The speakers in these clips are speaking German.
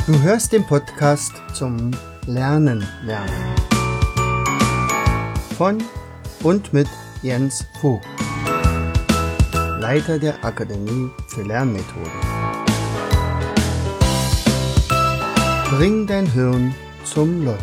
Du hörst den Podcast zum Lernen. Von und mit Jens Vogt, Leiter der Akademie für Lernmethoden. Bring dein Hirn zum Leuchten.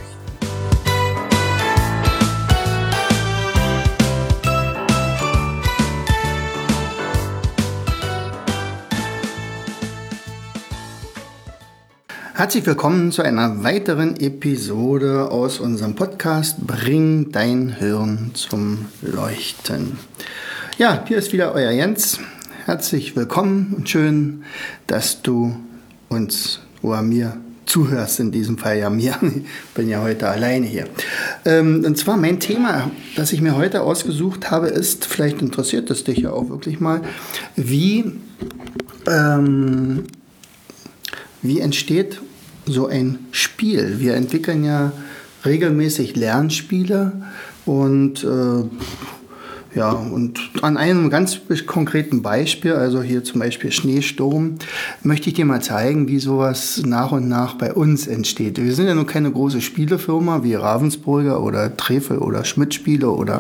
Herzlich willkommen zu einer weiteren Episode aus unserem Podcast Bring dein Hirn zum Leuchten. Ja, hier ist wieder euer Jens. Herzlich willkommen und schön, dass du uns oder mir zuhörst, in diesem Fall ja mir. Ich bin ja heute alleine hier. Und zwar mein Thema, das ich mir heute ausgesucht habe, ist, vielleicht interessiert es dich ja auch wirklich mal, wie entsteht so ein Spiel? Wir entwickeln ja regelmäßig Lernspiele und und an einem ganz konkreten Beispiel, also hier zum Beispiel Schneesturm, möchte ich dir mal zeigen, wie sowas nach und nach bei uns entsteht. Wir sind ja nur keine große Spielefirma wie Ravensburger oder Trefel oder Schmidt-Spiele oder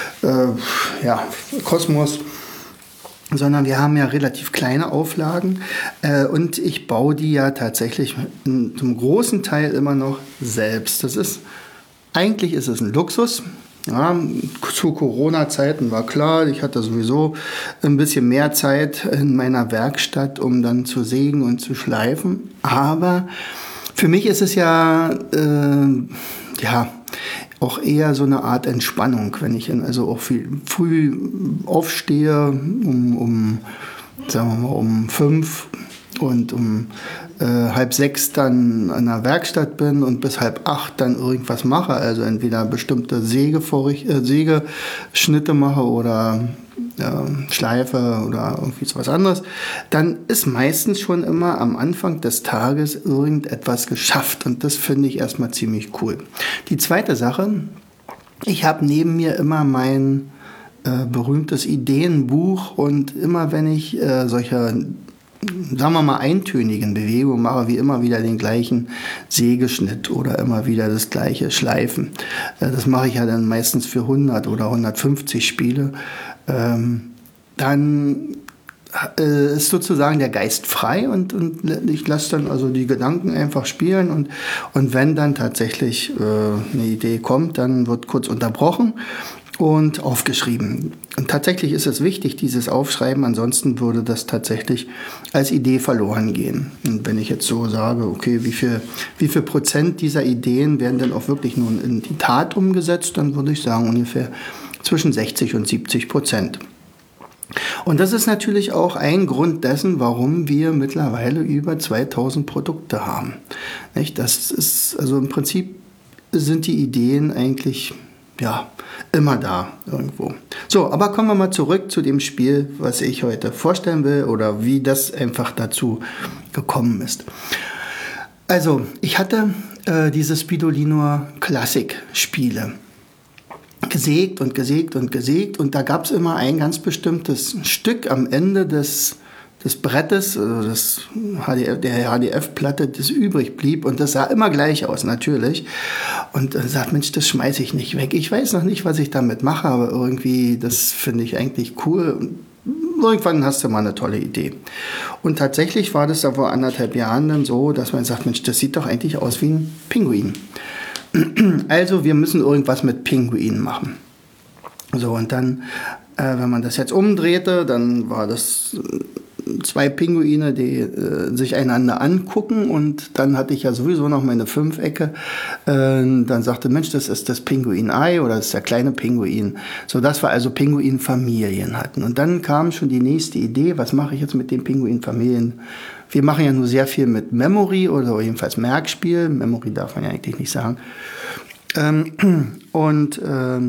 Kosmos, sondern wir haben ja relativ kleine Auflagen und ich baue die ja tatsächlich zum großen Teil immer noch selbst. Eigentlich ist es ein Luxus. Ja, zu Corona-Zeiten war klar, ich hatte sowieso ein bisschen mehr Zeit in meiner Werkstatt, um dann zu sägen und zu schleifen. Aber für mich ist es ja auch eher so eine Art Entspannung, wenn ich also auch früh aufstehe, um 5 und um 5:30 dann an der Werkstatt bin und bis 7:30 dann irgendwas mache, also entweder bestimmte Sägeschnitte mache oder schleife oder irgendwie so was anderes, dann ist meistens schon immer am Anfang des Tages irgendetwas geschafft und das finde ich erstmal ziemlich cool. Die zweite Sache, ich habe neben mir immer mein berühmtes Ideenbuch und immer wenn ich solche, sagen wir mal, eintönigen Bewegungen mache, wie immer wieder den gleichen Sägeschnitt oder immer wieder das gleiche Schleifen. Das mache ich ja dann meistens für 100 oder 150 Spiele. Dann ist sozusagen der Geist frei und ich lasse dann also die Gedanken einfach spielen und wenn dann tatsächlich eine Idee kommt, dann wird kurz unterbrochen und aufgeschrieben. Und tatsächlich ist es wichtig, dieses Aufschreiben, ansonsten würde das tatsächlich als Idee verloren gehen. Und wenn ich jetzt so sage, okay, wie viel Prozent dieser Ideen werden denn auch wirklich nun in die Tat umgesetzt, dann würde ich sagen ungefähr zwischen 60 und 70%. Und das ist natürlich auch ein Grund dessen, warum wir mittlerweile über 2000 Produkte haben. Nicht? Das ist, also im Prinzip sind die Ideen eigentlich immer da irgendwo. So, aber kommen wir mal zurück zu dem Spiel, was ich heute vorstellen will oder wie das einfach dazu gekommen ist. Also, ich hatte diese Spidolino Classic-Spiele gesägt und da gab es immer ein ganz bestimmtes Stück am Ende des Brettes, also der HDF-Platte, das übrig blieb und das sah immer gleich aus, natürlich. Und dann sagt, Mensch, das schmeiße ich nicht weg. Ich weiß noch nicht, was ich damit mache, aber irgendwie, das finde ich eigentlich cool. Und irgendwann hast du mal eine tolle Idee. Und tatsächlich war das da vor 1,5 Jahren dann so, dass man sagt, Mensch, das sieht doch eigentlich aus wie ein Pinguin. Also wir müssen irgendwas mit Pinguinen machen. So, und dann, wenn man das jetzt umdrehte, dann war das 2 Pinguine, die sich einander angucken und dann hatte ich ja sowieso noch meine 5-Ecke. Dann sagte, Mensch, das ist das Pinguin-Ei oder das ist der kleine Pinguin. So, dass wir also Pinguinfamilien hatten. Und dann kam schon die nächste Idee, was mache ich jetzt mit den Pinguinfamilien? Wir machen ja nur sehr viel mit Memory oder jedenfalls Merkspiel. Memory darf man ja eigentlich nicht sagen. Und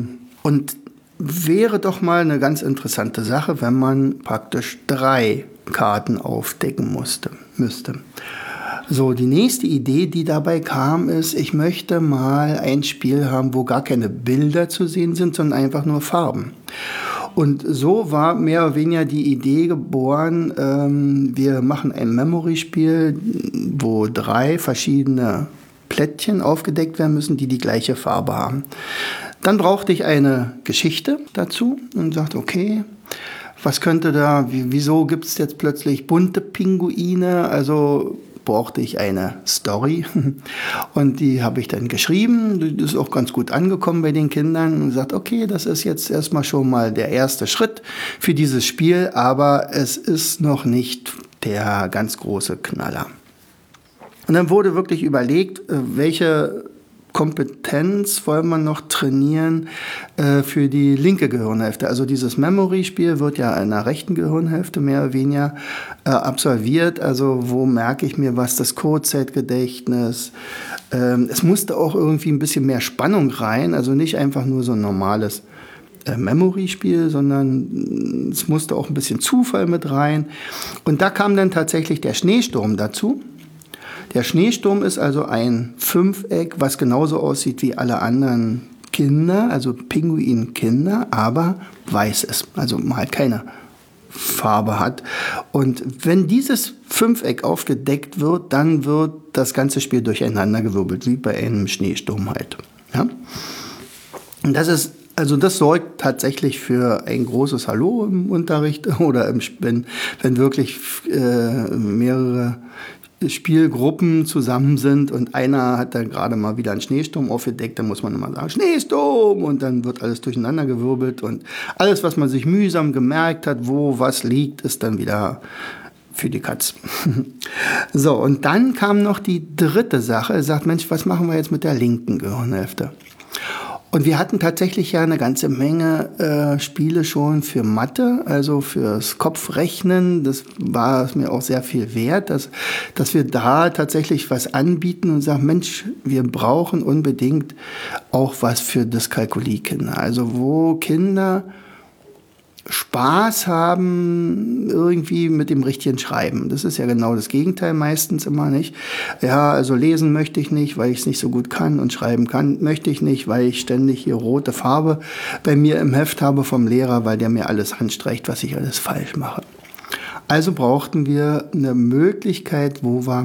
wäre doch mal eine ganz interessante Sache, wenn man praktisch 3 Karten aufdecken müsste. So, die nächste Idee, die dabei kam, ist, ich möchte mal ein Spiel haben, wo gar keine Bilder zu sehen sind, sondern einfach nur Farben. Und so war mehr oder weniger die Idee geboren, wir machen ein Memory-Spiel, wo 3 verschiedene Plättchen aufgedeckt werden müssen, die die gleiche Farbe haben. Dann brauchte ich eine Geschichte dazu und sagte, okay, was könnte da, wieso gibt es jetzt plötzlich bunte Pinguine? Also brauchte ich eine Story und die habe ich dann geschrieben. Die ist auch ganz gut angekommen bei den Kindern und sagt, okay, das ist jetzt erstmal schon mal der erste Schritt für dieses Spiel, aber es ist noch nicht der ganz große Knaller. Und dann wurde wirklich überlegt, welche Kompetenz wollen wir noch trainieren für die linke Gehirnhälfte. Also dieses Memory-Spiel wird ja in der rechten Gehirnhälfte mehr oder weniger absolviert. Also wo merke ich mir was, das Kurzzeitgedächtnis. Es musste auch irgendwie ein bisschen mehr Spannung rein, also nicht einfach nur so ein normales Memory-Spiel, sondern es musste auch ein bisschen Zufall mit rein. Und da kam dann tatsächlich der Schneesturm dazu. Der Schneesturm ist also ein Fünfeck, was genauso aussieht wie alle anderen Kinder, also Pinguinkinder, aber weiß ist, also mal keine Farbe hat. Und wenn dieses Fünfeck aufgedeckt wird, dann wird das ganze Spiel durcheinandergewirbelt, wie bei einem Schneesturm halt. Ja? Und das sorgt tatsächlich für ein großes Hallo im Unterricht oder wenn wirklich mehrere Spielgruppen zusammen sind und einer hat dann gerade mal wieder einen Schneesturm aufgedeckt, dann muss man immer sagen, Schneesturm, und dann wird alles durcheinandergewirbelt und alles, was man sich mühsam gemerkt hat, wo was liegt, ist dann wieder für die Katz. So, und dann kam noch die dritte Sache, er sagt, Mensch, was machen wir jetzt mit der linken Gehirnhälfte? Und wir hatten tatsächlich ja eine ganze Menge Spiele schon für Mathe, also fürs Kopfrechnen. Das war mir auch sehr viel wert, dass wir da tatsächlich was anbieten und sagen, Mensch, wir brauchen unbedingt auch was für Dyskalkulie-Kinder. Also wo Kinder Spaß haben irgendwie mit dem richtigen Schreiben. Das ist ja genau das Gegenteil meistens immer, nicht? Ja, also lesen möchte ich nicht, weil ich es nicht so gut kann, und schreiben kann möchte ich nicht, weil ich ständig hier rote Farbe bei mir im Heft habe vom Lehrer, weil der mir alles anstreicht, was ich alles falsch mache. Also brauchten wir eine Möglichkeit,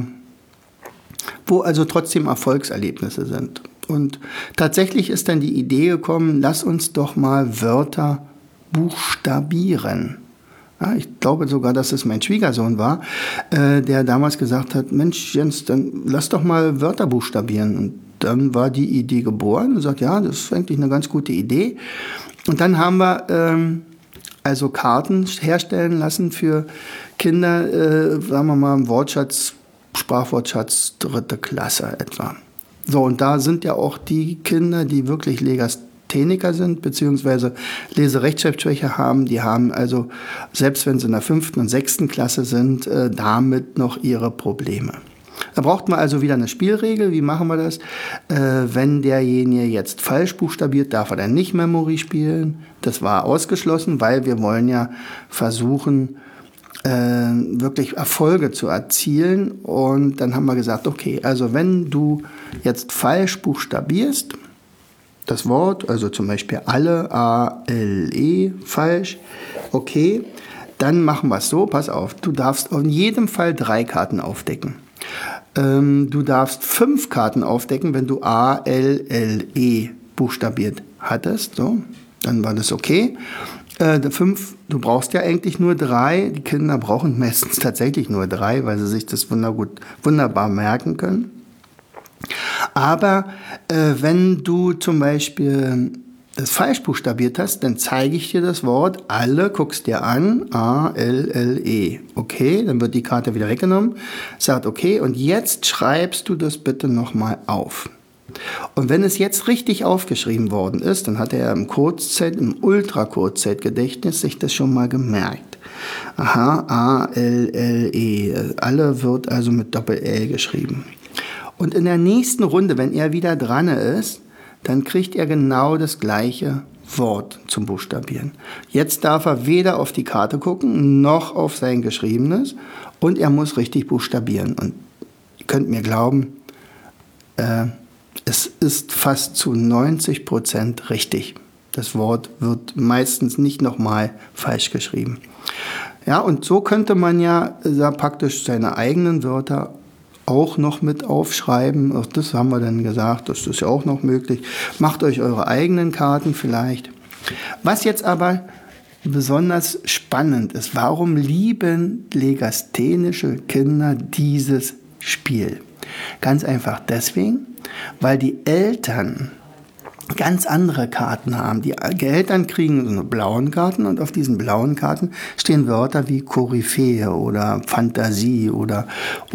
wo also trotzdem Erfolgserlebnisse sind. Und tatsächlich ist dann die Idee gekommen, lass uns doch mal Wörter buchstabieren. Ja, ich glaube sogar, dass es mein Schwiegersohn war, der damals gesagt hat, Mensch Jens, dann lass doch mal Wörter buchstabieren. Und dann war die Idee geboren und sagt, ja, das ist eigentlich eine ganz gute Idee. Und dann haben wir also Karten herstellen lassen für Kinder, sagen wir mal im Wortschatz, Sprachwortschatz 3. Klasse etwa. So, und da sind ja auch die Kinder, die wirklich Legastheniker sind, beziehungsweise Leserechtschreibschwäche haben, die haben also, selbst wenn sie in der 5. und 6. Klasse sind, damit noch ihre Probleme. Da braucht man also wieder eine Spielregel. Wie machen wir das? Wenn derjenige jetzt falsch buchstabiert, darf er dann nicht Memory spielen. Das war ausgeschlossen, weil wir wollen ja versuchen, wirklich Erfolge zu erzielen. Und dann haben wir gesagt, okay, also wenn du jetzt falsch buchstabierst, das Wort, also zum Beispiel alle, A-L-E, falsch, okay, dann machen wir es so, pass auf, du darfst in jedem Fall 3 Karten aufdecken. Du darfst 5 Karten aufdecken, wenn du A-L-L-E buchstabiert hattest, so, dann war das okay. 5, du brauchst ja eigentlich nur 3, die Kinder brauchen meistens tatsächlich nur 3, weil sie sich das wunderbar merken können. Aber wenn du zum Beispiel das falsch buchstabiert hast, dann zeige ich dir das Wort, alle, guckst dir an, A-L-L-E. Okay, dann wird die Karte wieder weggenommen, sagt okay, und jetzt schreibst du das bitte nochmal auf. Und wenn es jetzt richtig aufgeschrieben worden ist, dann hat er im Ultrakurzzeitgedächtnis sich das schon mal gemerkt. Aha, A-L-L-E, alle wird also mit Doppel-L geschrieben. Und in der nächsten Runde, wenn er wieder dran ist, dann kriegt er genau das gleiche Wort zum Buchstabieren. Jetzt darf er weder auf die Karte gucken, noch auf sein Geschriebenes, und er muss richtig buchstabieren. Und ihr könnt mir glauben, es ist fast zu 90% richtig. Das Wort wird meistens nicht nochmal falsch geschrieben. Ja, und so könnte man ja praktisch seine eigenen Wörter auch noch mit aufschreiben. Auch das haben wir dann gesagt, das ist ja auch noch möglich. Macht euch eure eigenen Karten vielleicht. Was jetzt aber besonders spannend ist, warum lieben legasthenische Kinder dieses Spiel? Ganz einfach deswegen, weil die Eltern ganz andere Karten haben. Die Eltern kriegen so eine blauen Karten und auf diesen blauen Karten stehen Wörter wie Koryphäe oder Fantasie oder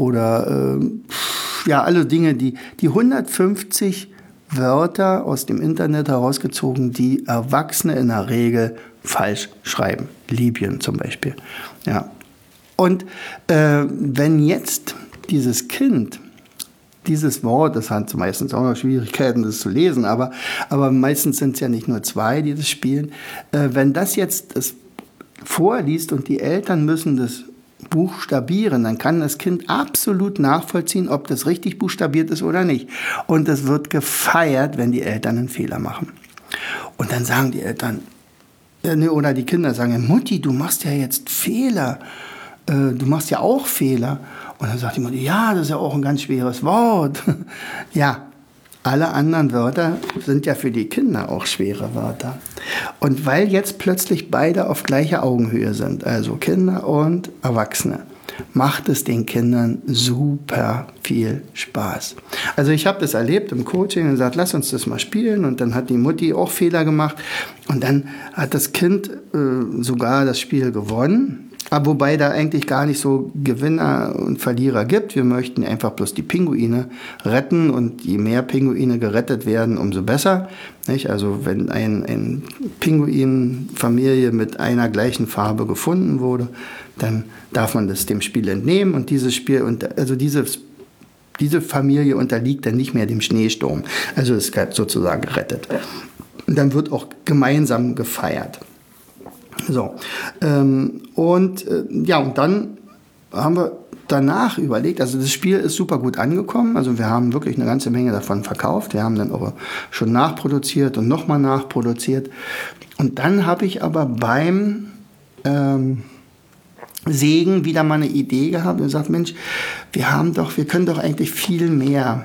ja, alle Dinge, die 150 Wörter aus dem Internet herausgezogen, die Erwachsene in der Regel falsch schreiben. Libyen zum Beispiel. Ja. Und wenn jetzt dieses Kind dieses Wort, das hat meistens auch noch Schwierigkeiten, das zu lesen, aber meistens sind es ja nicht nur zwei, die das spielen. Wenn das jetzt das vorliest und die Eltern müssen das buchstabieren, dann kann das Kind absolut nachvollziehen, ob das richtig buchstabiert ist oder nicht. Und es wird gefeiert, wenn die Eltern einen Fehler machen. Und dann sagen die Eltern, oder die Kinder sagen, Mutti, du machst ja jetzt Fehler. Du machst ja auch Fehler. Und dann sagt die Mutter, ja, das ist ja auch ein ganz schweres Wort. Ja, alle anderen Wörter sind ja für die Kinder auch schwere Wörter. Und weil jetzt plötzlich beide auf gleicher Augenhöhe sind, also Kinder und Erwachsene, macht es den Kindern super viel Spaß. Also ich habe das erlebt im Coaching und gesagt, lass uns das mal spielen. Und dann hat die Mutti auch Fehler gemacht. Und dann hat das Kind sogar das Spiel gewonnen. Aber wobei da eigentlich gar nicht so Gewinner und Verlierer gibt. Wir möchten einfach bloß die Pinguine retten und je mehr Pinguine gerettet werden, umso besser. Nicht? Also wenn eine Pinguinfamilie mit einer gleichen Farbe gefunden wurde, dann darf man das dem Spiel entnehmen und dieses Spiel, also diese Familie unterliegt dann nicht mehr dem Schneesturm. Also es ist sozusagen gerettet. Und dann wird auch gemeinsam gefeiert. So, und dann haben wir danach überlegt, also das Spiel ist super gut angekommen, also wir haben wirklich eine ganze Menge davon verkauft, wir haben dann auch schon nachproduziert und nochmal nachproduziert und dann habe ich aber beim Sägen wieder mal eine Idee gehabt und gesagt, Mensch, wir können doch eigentlich viel mehr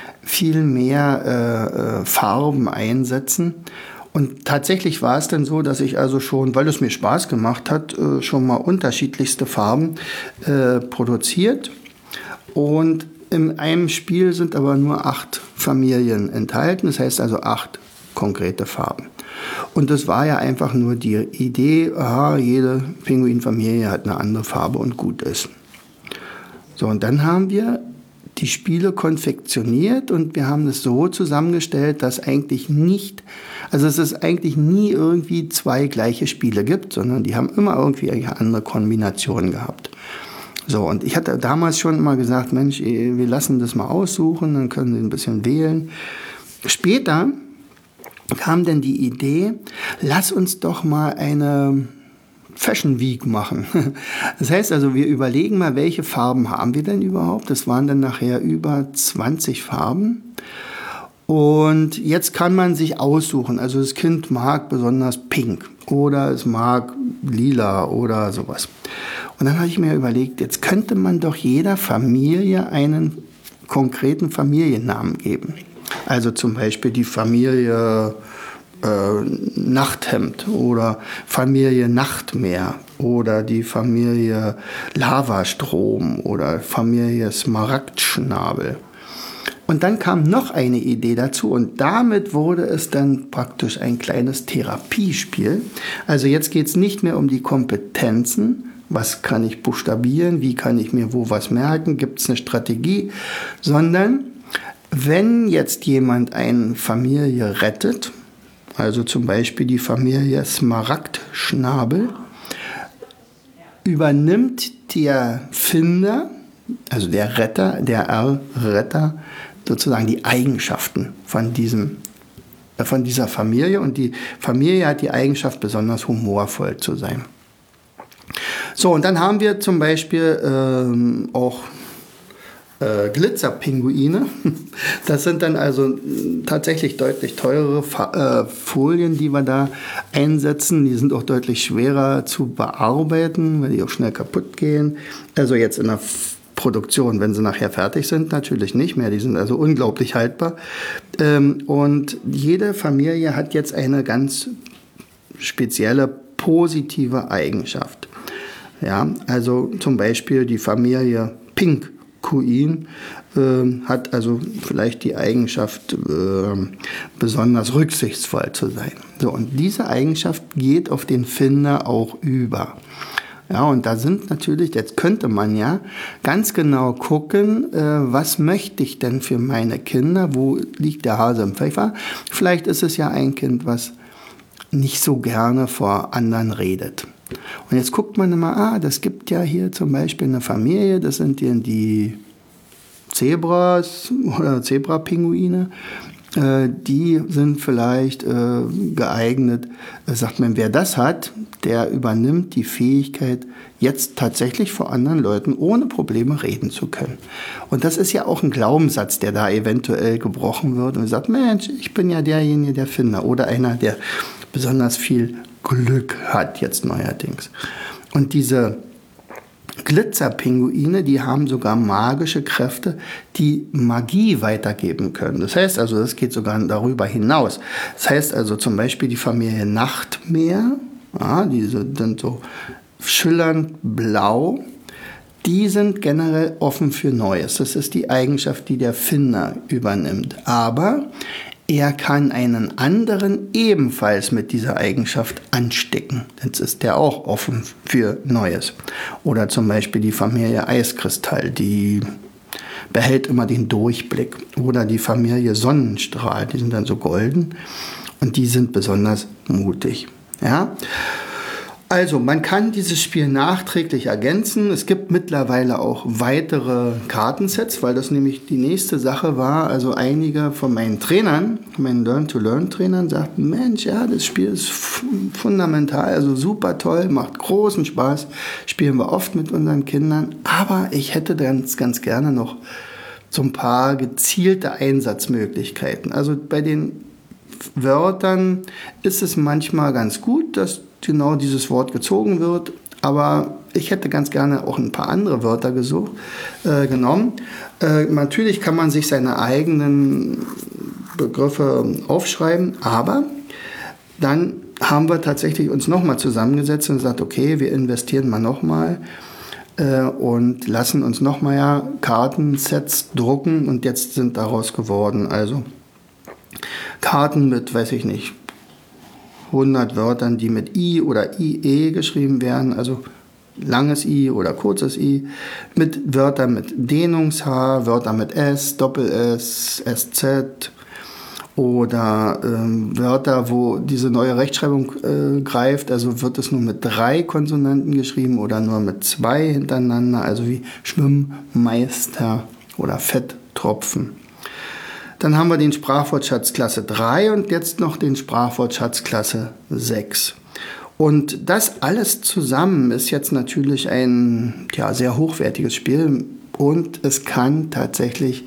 Farben einsetzen. Und tatsächlich war es dann so, dass ich also schon, weil es mir Spaß gemacht hat, schon mal unterschiedlichste Farben produziert. Und in einem Spiel sind aber nur 8 Familien enthalten, das heißt also 8 konkrete Farben. Und das war ja einfach nur die Idee, jede Pinguinfamilie hat eine andere Farbe und gut ist. So, und dann haben wir die Spiele konfektioniert und wir haben es so zusammengestellt, dass es eigentlich nie irgendwie 2 gleiche Spiele gibt, sondern die haben immer irgendwie eine andere Kombination gehabt. So, und ich hatte damals schon immer gesagt, Mensch, wir lassen das mal aussuchen, dann können Sie ein bisschen wählen. Später kam dann die Idee, lass uns doch mal eine Fashion Week machen. Das heißt also, wir überlegen mal, welche Farben haben wir denn überhaupt? Das waren dann nachher über 20 Farben. Und jetzt kann man sich aussuchen. Also das Kind mag besonders pink oder es mag lila oder sowas. Und dann habe ich mir überlegt, jetzt könnte man doch jeder Familie einen konkreten Familiennamen geben. Also zum Beispiel die Familie Nachthemd oder Familie Nachtmeer oder die Familie Lavastrom oder Familie Smaragdschnabel. Und dann kam noch eine Idee dazu und damit wurde es dann praktisch ein kleines Therapiespiel. Also jetzt geht es nicht mehr um die Kompetenzen, was kann ich buchstabieren, wie kann ich mir wo was merken, gibt es eine Strategie, sondern wenn jetzt jemand eine Familie rettet, also zum Beispiel die Familie Smaragdschnabel, übernimmt der Finder, also der R-Retter, sozusagen die Eigenschaften von dieser Familie. Und die Familie hat die Eigenschaft, besonders humorvoll zu sein. So, und dann haben wir zum Beispiel auch Glitzerpinguine. Das sind dann also tatsächlich deutlich teurere Folien, die wir da einsetzen. Die sind auch deutlich schwerer zu bearbeiten, weil die auch schnell kaputt gehen. Also jetzt in der Produktion. Wenn sie nachher fertig sind, natürlich nicht mehr. Die sind also unglaublich haltbar. Und jede Familie hat jetzt eine ganz spezielle positive Eigenschaft. Ja, also zum Beispiel die Familie Pinguin hat also vielleicht die Eigenschaft, besonders rücksichtsvoll zu sein. So, und diese Eigenschaft geht auf den Finder auch über. Ja, und da sind natürlich, jetzt könnte man ja ganz genau gucken, was möchte ich denn für meine Kinder, wo liegt der Hase im Pfeffer. Vielleicht ist es ja ein Kind, was nicht so gerne vor anderen redet. Und jetzt guckt man immer, das gibt ja hier zum Beispiel eine Familie, das sind die Zebras oder Zebrapinguine, die sind vielleicht geeignet, sagt man, wer das hat, der übernimmt die Fähigkeit, jetzt tatsächlich vor anderen Leuten ohne Probleme reden zu können. Und das ist ja auch ein Glaubenssatz, der da eventuell gebrochen wird und sagt, Mensch, ich bin ja derjenige, der Finder oder einer, der besonders viel Glück hat jetzt neuerdings. Und diese Glitzerpinguine, die haben sogar magische Kräfte, die Magie weitergeben können. Das heißt also, das geht sogar darüber hinaus. Das heißt also zum Beispiel die Familie Nachtmeer, die sind so schillernd blau, die sind generell offen für Neues. Das ist die Eigenschaft, die der Finder übernimmt. Aber er kann einen anderen ebenfalls mit dieser Eigenschaft anstecken. Jetzt ist der auch offen für Neues. Oder zum Beispiel die Familie Eiskristall, die behält immer den Durchblick. Oder die Familie Sonnenstrahl, die sind dann so golden und die sind besonders mutig. Ja? Also, man kann dieses Spiel nachträglich ergänzen. Es gibt mittlerweile auch weitere Kartensets, weil das nämlich die nächste Sache war. Also einige von meinen Trainern, meinen Learn-to-Learn-Trainern sagten, Mensch, ja, das Spiel ist fundamental, also super toll, macht großen Spaß, spielen wir oft mit unseren Kindern. Aber ich hätte ganz gerne noch so ein paar gezielte Einsatzmöglichkeiten. Also bei den Wörtern ist es manchmal ganz gut, dass genau dieses Wort gezogen wird, aber ich hätte ganz gerne auch ein paar andere Wörter genommen. Natürlich kann man sich seine eigenen Begriffe aufschreiben, aber dann haben wir tatsächlich uns nochmal zusammengesetzt und gesagt, okay, wir investieren mal nochmal und lassen uns nochmal Kartensets drucken und jetzt sind daraus geworden, also Karten mit, weiß ich nicht, 100 Wörtern, die mit I oder IE geschrieben werden, also langes I oder kurzes I, mit Wörtern mit Dehnungs-H, Wörter mit S, Doppel-S, SZ oder Wörter, wo diese neue Rechtschreibung greift, also wird es nur mit 3 Konsonanten geschrieben oder nur mit 2 hintereinander, also wie Schwimmmeister oder Fetttropfen. Dann haben wir den Sprachwortschatz Klasse 3 und jetzt noch den Sprachwortschatz Klasse 6. Und das alles zusammen ist jetzt natürlich ein sehr hochwertiges Spiel und es kann tatsächlich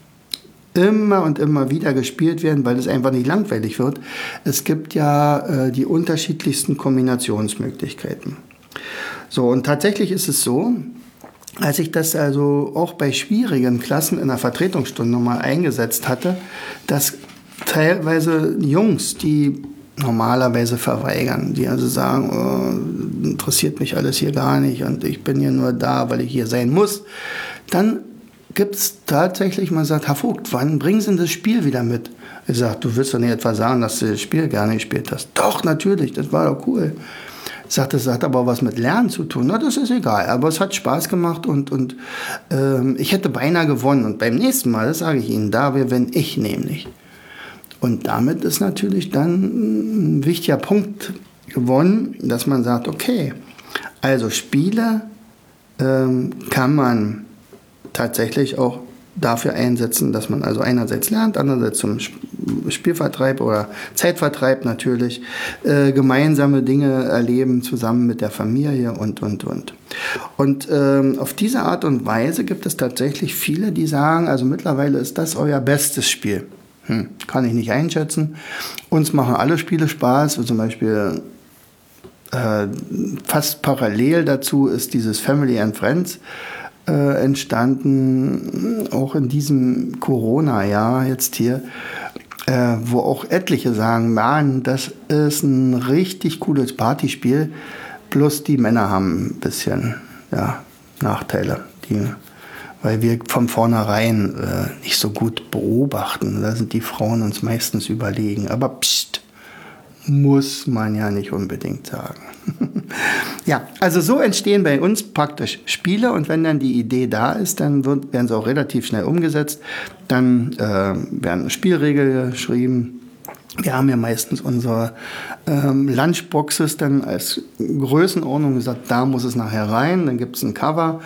immer und immer wieder gespielt werden, weil es einfach nicht langweilig wird. Es gibt ja die unterschiedlichsten Kombinationsmöglichkeiten. So, und tatsächlich ist es so, als ich das also auch bei schwierigen Klassen in der Vertretungsstunde mal eingesetzt hatte, dass teilweise Jungs, die normalerweise verweigern, die also sagen, interessiert mich alles hier gar nicht und ich bin hier nur da, weil ich hier sein muss, dann gibt es tatsächlich, man sagt, Herr Vogt, wann bringen Sie denn das Spiel wieder mit? Ich sage, du willst doch nicht etwa sagen, dass du das Spiel gar nicht gespielt hast. Doch, natürlich, das war doch cool. Sagt, das hat aber was mit Lernen zu tun. Na, das ist egal, aber es hat Spaß gemacht und ich hätte beinahe gewonnen. Und beim nächsten Mal, das sage ich Ihnen, da gewinne ich nämlich. Und damit ist natürlich dann ein wichtiger Punkt gewonnen, dass man sagt, okay, also Spiele kann man tatsächlich auch dafür einsetzen, dass man also einerseits lernt, andererseits zum Spielvertreib oder Zeitvertreib natürlich, gemeinsame Dinge erleben, zusammen mit der Familie und. Und auf diese Art und Weise gibt es tatsächlich viele, die sagen, also mittlerweile ist das euer bestes Spiel. Kann ich nicht einschätzen. Uns machen alle Spiele Spaß, zum Beispiel fast parallel dazu ist dieses Family and Friends. entstanden, auch in diesem Corona-Jahr jetzt hier, wo auch etliche sagen, Mann, das ist ein richtig cooles Partyspiel, bloß die Männer haben ein bisschen Nachteile, weil wir von vornherein nicht so gut beobachten. Da sind die Frauen uns meistens überlegen. Aber pst, muss man ja nicht unbedingt sagen. Ja, also so entstehen bei uns praktisch Spiele und wenn dann die Idee da ist, dann werden sie auch relativ schnell umgesetzt. Dann werden Spielregeln geschrieben. Wir haben ja meistens unsere Lunchboxes dann als Größenordnung gesagt, da muss es nachher rein. Dann gibt es ein Cover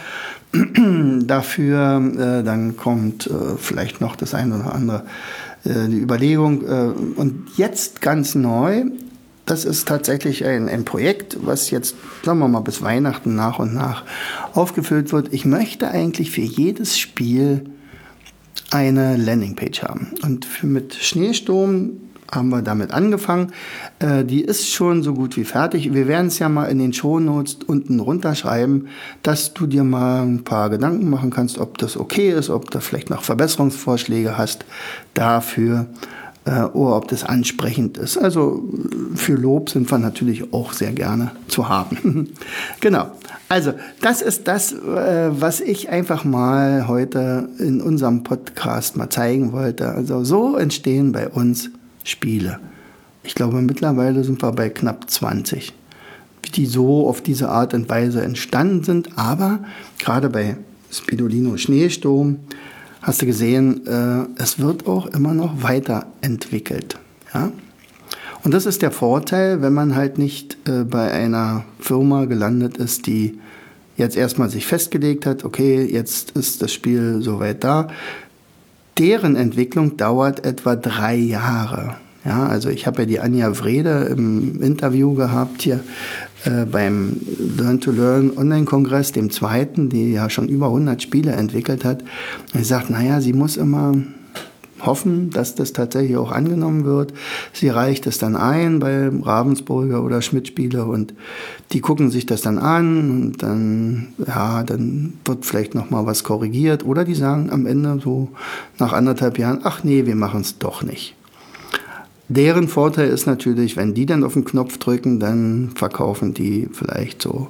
dafür. Dann kommt vielleicht noch das eine oder andere, die Überlegung. Und jetzt ganz neu, das ist tatsächlich ein Projekt, was jetzt, sagen wir mal, bis Weihnachten nach und nach aufgefüllt wird. Ich möchte eigentlich für jedes Spiel eine Landingpage haben. Und mit Schneesturm haben wir damit angefangen. Die ist schon so gut wie fertig. Wir werden es ja mal in den Shownotes unten runterschreiben, dass du dir mal ein paar Gedanken machen kannst, ob das okay ist, ob du vielleicht noch Verbesserungsvorschläge hast dafür oder ob das ansprechend ist. Also für Lob sind wir natürlich auch sehr gerne zu haben. Genau. Also das ist das, was ich einfach mal heute in unserem Podcast mal zeigen wollte. Also so entstehen bei uns Spiele. Ich glaube, mittlerweile sind wir bei knapp 20, die so auf diese Art und Weise entstanden sind. Aber gerade bei Spidolino Schneesturm hast du gesehen, es wird auch immer noch weiterentwickelt. Ja? Und das ist der Vorteil, wenn man halt nicht bei einer Firma gelandet ist, die jetzt erstmal sich festgelegt hat, okay, jetzt ist das Spiel soweit da. Deren Entwicklung dauert etwa 3 Jahre. Ja, also ich habe ja die Anja Wrede im Interview gehabt hier beim Learn to Learn Online-Kongress, dem zweiten, die ja schon über 100 Spiele entwickelt hat. Und ich sagte, naja, sie muss immer hoffen, dass das tatsächlich auch angenommen wird. Sie reicht es dann ein bei Ravensburger oder Schmidt-Spiele und die gucken sich das dann an und dann wird vielleicht noch mal was korrigiert oder die sagen am Ende so nach 1,5 Jahren, ach nee, wir machen es doch nicht. Deren Vorteil ist natürlich, wenn die dann auf den Knopf drücken, dann verkaufen die vielleicht so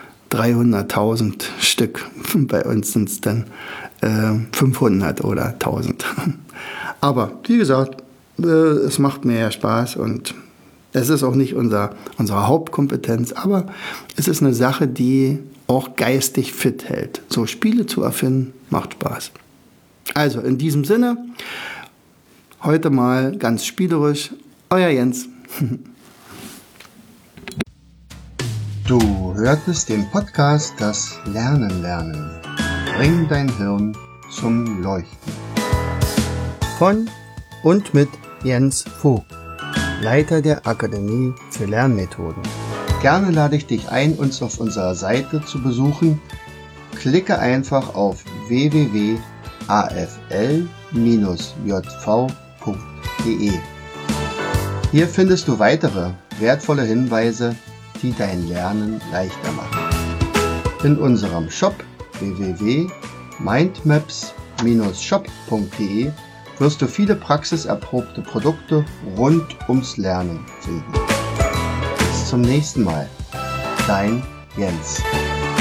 300.000 Stück. Bei uns sind es dann 500 oder 1000. Aber wie gesagt, es macht mir ja Spaß und es ist auch nicht unsere Hauptkompetenz, aber es ist eine Sache, die auch geistig fit hält. So Spiele zu erfinden, macht Spaß. Also in diesem Sinne, heute mal ganz spielerisch, euer Jens. Du hörtest den Podcast Das Lernen lernen. Bring dein Hirn zum Leuchten. Von und mit Jens Vogt, Leiter der Akademie für Lernmethoden. Gerne lade ich dich ein, uns auf unserer Seite zu besuchen. Klicke einfach auf www.afl-jv.de. Hier findest du weitere wertvolle Hinweise, die dein Lernen leichter machen. In unserem Shop www.mindmaps-shop.de wirst du viele praxiserprobte Produkte rund ums Lernen finden. Bis zum nächsten Mal. Dein Jens.